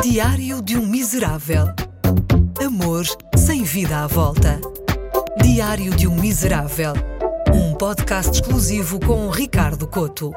Diário de um Miserável. Amor sem vida à volta. Diário de um Miserável. Um podcast exclusivo com Ricardo Couto.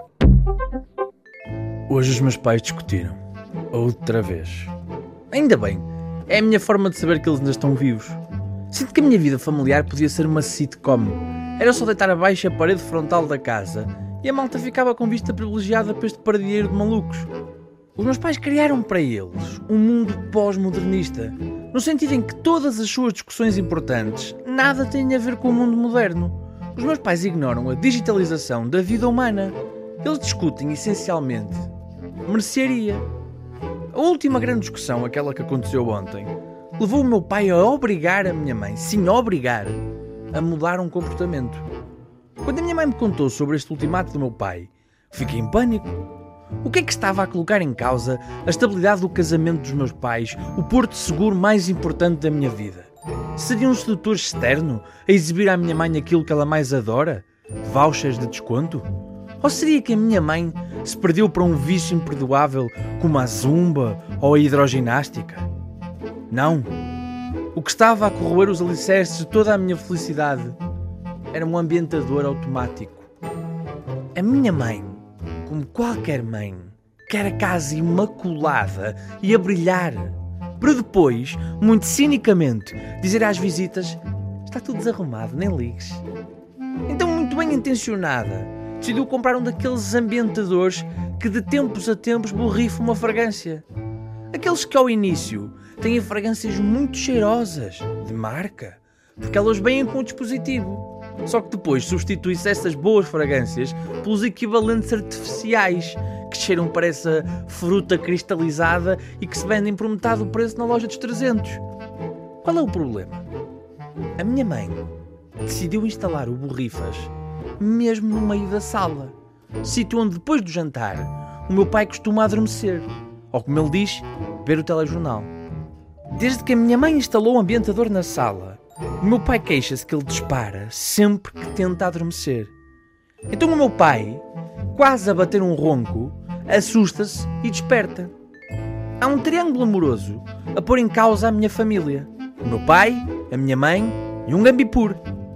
Hoje os meus pais discutiram. Outra vez. Ainda bem. É a minha forma de saber que eles ainda estão vivos. Sinto que a minha vida familiar podia ser uma sitcom. Era só deitar abaixo a parede frontal da casa e a malta ficava com vista privilegiada para este pardieiro de malucos. Os meus pais criaram para eles um mundo pós-modernista, no sentido em que todas as suas discussões importantes nada têm a ver com o mundo moderno. Os meus pais ignoram a digitalização da vida humana. Eles discutem essencialmente mercearia. A última grande discussão, aquela que aconteceu ontem, levou o meu pai a obrigar a minha mãe, sim, obrigar, a mudar um comportamento. Quando a minha mãe me contou sobre este ultimato do meu pai, fiquei em pânico. O que é que estava a colocar em causa a estabilidade do casamento dos meus pais, o porto seguro mais importante da minha vida? Seria um sedutor externo a exibir à minha mãe aquilo que ela mais adora? Vouchers de desconto? Ou seria que a minha mãe se perdeu para um vício imperdoável como a zumba ou a hidroginástica? Não. O que estava a corroer os alicerces de toda a minha felicidade era um ambientador automático. A minha mãe, como qualquer mãe, quer a casa imaculada e a brilhar, para depois, muito cinicamente, dizer às visitas: está tudo desarrumado, nem ligues. Então, muito bem intencionada, decidiu comprar um daqueles ambientadores que de tempos a tempos borrifam uma fragrância. Aqueles que ao início têm fragrâncias muito cheirosas, de marca, porque elas vêm com o dispositivo. Só que depois substitui-se essas boas fragrâncias pelos equivalentes artificiais, que cheiram para essa fruta cristalizada e que se vendem por metade do preço na loja dos 300. Qual é o problema? A minha mãe decidiu instalar o borrifas mesmo no meio da sala, sítio onde depois do jantar o meu pai costuma adormecer, ou como ele diz, ver o telejornal. Desde que a minha mãe instalou o ambientador na sala, o meu pai queixa-se que ele dispara sempre que tenta adormecer. Então o meu pai, quase a bater um ronco, assusta-se e desperta. Há um triângulo amoroso a pôr em causa a minha família. O meu pai, a minha mãe e um gambipur.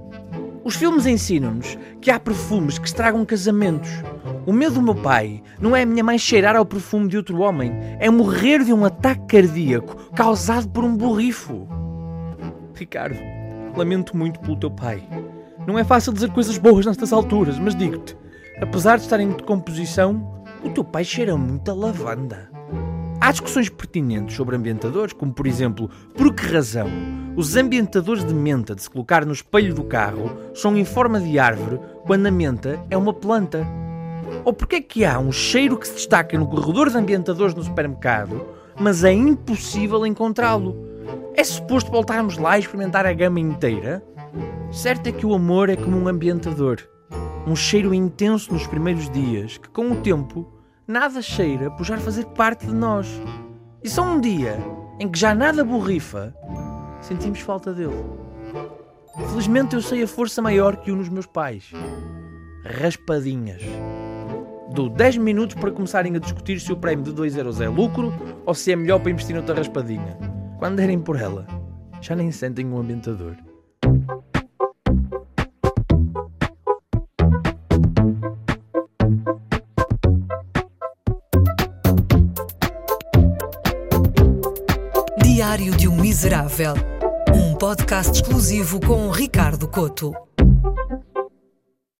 Os filmes ensinam-nos que há perfumes que estragam casamentos. O medo do meu pai não é a minha mãe cheirar ao perfume de outro homem, é morrer de um ataque cardíaco causado por um borrifo. Ricardo, lamento muito pelo teu pai. Não é fácil dizer coisas boas nestas alturas, mas digo-te, apesar de estar em decomposição, o teu pai cheira muito a lavanda. Há discussões pertinentes sobre ambientadores, como por exemplo, por que razão os ambientadores de menta de se colocar no espelho do carro são em forma de árvore quando a menta é uma planta? Ou porque é que há um cheiro que se destaca no corredor de ambientadores no supermercado, mas é impossível encontrá-lo? É suposto voltarmos lá e experimentar a gama inteira? Certo é que o amor é como um ambientador. Um cheiro intenso nos primeiros dias, que com o tempo nada cheira por já fazer parte de nós. E só um dia, em que já nada borrifa, sentimos falta dele. Felizmente eu sei a força maior que une os meus pais. Raspadinhas. Dou 10 minutos para começarem a discutir se o prémio de 2€ é lucro ou se é melhor para investir noutra raspadinha. Quando derem por ela, já nem sentem um ambientador. Diário de um Miserável. Um podcast exclusivo com Ricardo Couto.